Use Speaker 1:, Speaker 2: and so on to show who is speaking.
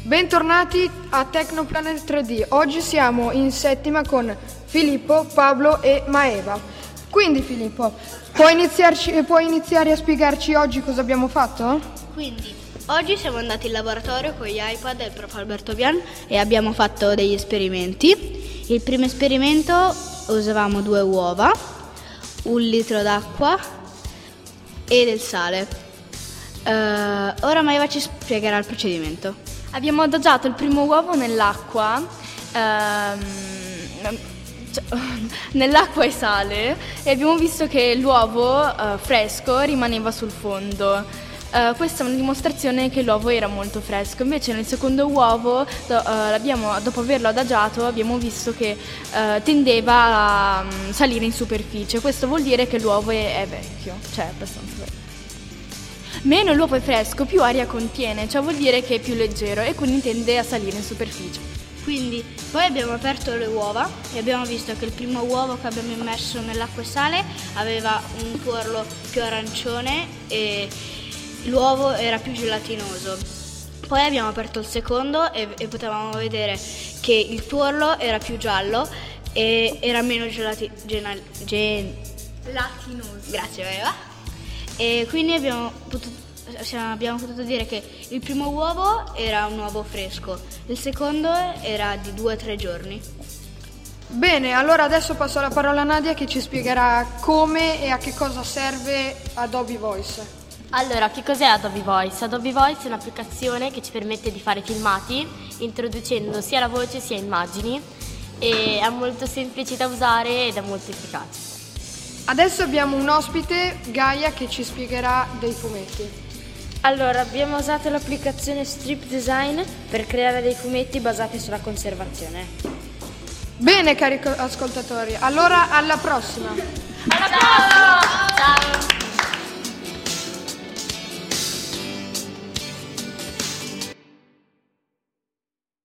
Speaker 1: Bentornati a Tecnoplanet 3D. Oggi siamo in settima con Filippo, Pablo e Maeva. Quindi Filippo, puoi iniziare a spiegarci oggi cosa abbiamo fatto?
Speaker 2: Quindi, oggi siamo andati in laboratorio con gli iPad del prof. Alberto Bian e abbiamo fatto degli esperimenti. Il primo esperimento usavamo 2 uova, 1 litro d'acqua e del sale. Ora Maeva ci spiegherà il procedimento.
Speaker 3: Abbiamo adagiato il primo uovo nell'acqua, nell'acqua e sale, e abbiamo visto che l'uovo fresco rimaneva sul fondo. Questa è una dimostrazione che l'uovo era molto fresco. Invece nel secondo uovo, dopo averlo adagiato, abbiamo visto che tendeva a salire in superficie. Questo vuol dire che l'uovo è vecchio, cioè abbastanza vecchio. Meno l'uovo è fresco, più aria contiene, cioè vuol dire che è più leggero e quindi tende a salire in superficie.
Speaker 2: Quindi poi abbiamo aperto le uova e abbiamo visto che il primo uovo che abbiamo immerso nell'acqua e sale aveva un tuorlo più arancione e l'uovo era più gelatinoso. Poi abbiamo aperto il secondo e potevamo vedere che il tuorlo era più giallo e era meno gelatinoso. Grazie, Maeva. E quindi abbiamo potuto dire che il primo uovo era un uovo fresco, il secondo era di 2-3 giorni.
Speaker 1: Bene, allora adesso passo la parola a Nadia che ci spiegherà come e a che cosa serve Adobe Voice.
Speaker 4: Allora, che cos'è Adobe Voice? Adobe Voice è un'applicazione che ci permette di fare filmati introducendo sia la voce sia immagini e è molto semplice da usare ed è molto efficace.
Speaker 1: Adesso abbiamo un ospite, Gaia, che ci spiegherà dei fumetti.
Speaker 5: Allora, abbiamo usato l'applicazione Strip Design per creare dei fumetti basati sulla conservazione.
Speaker 1: Bene, cari ascoltatori, allora alla prossima!
Speaker 3: Alla prossima! Ciao!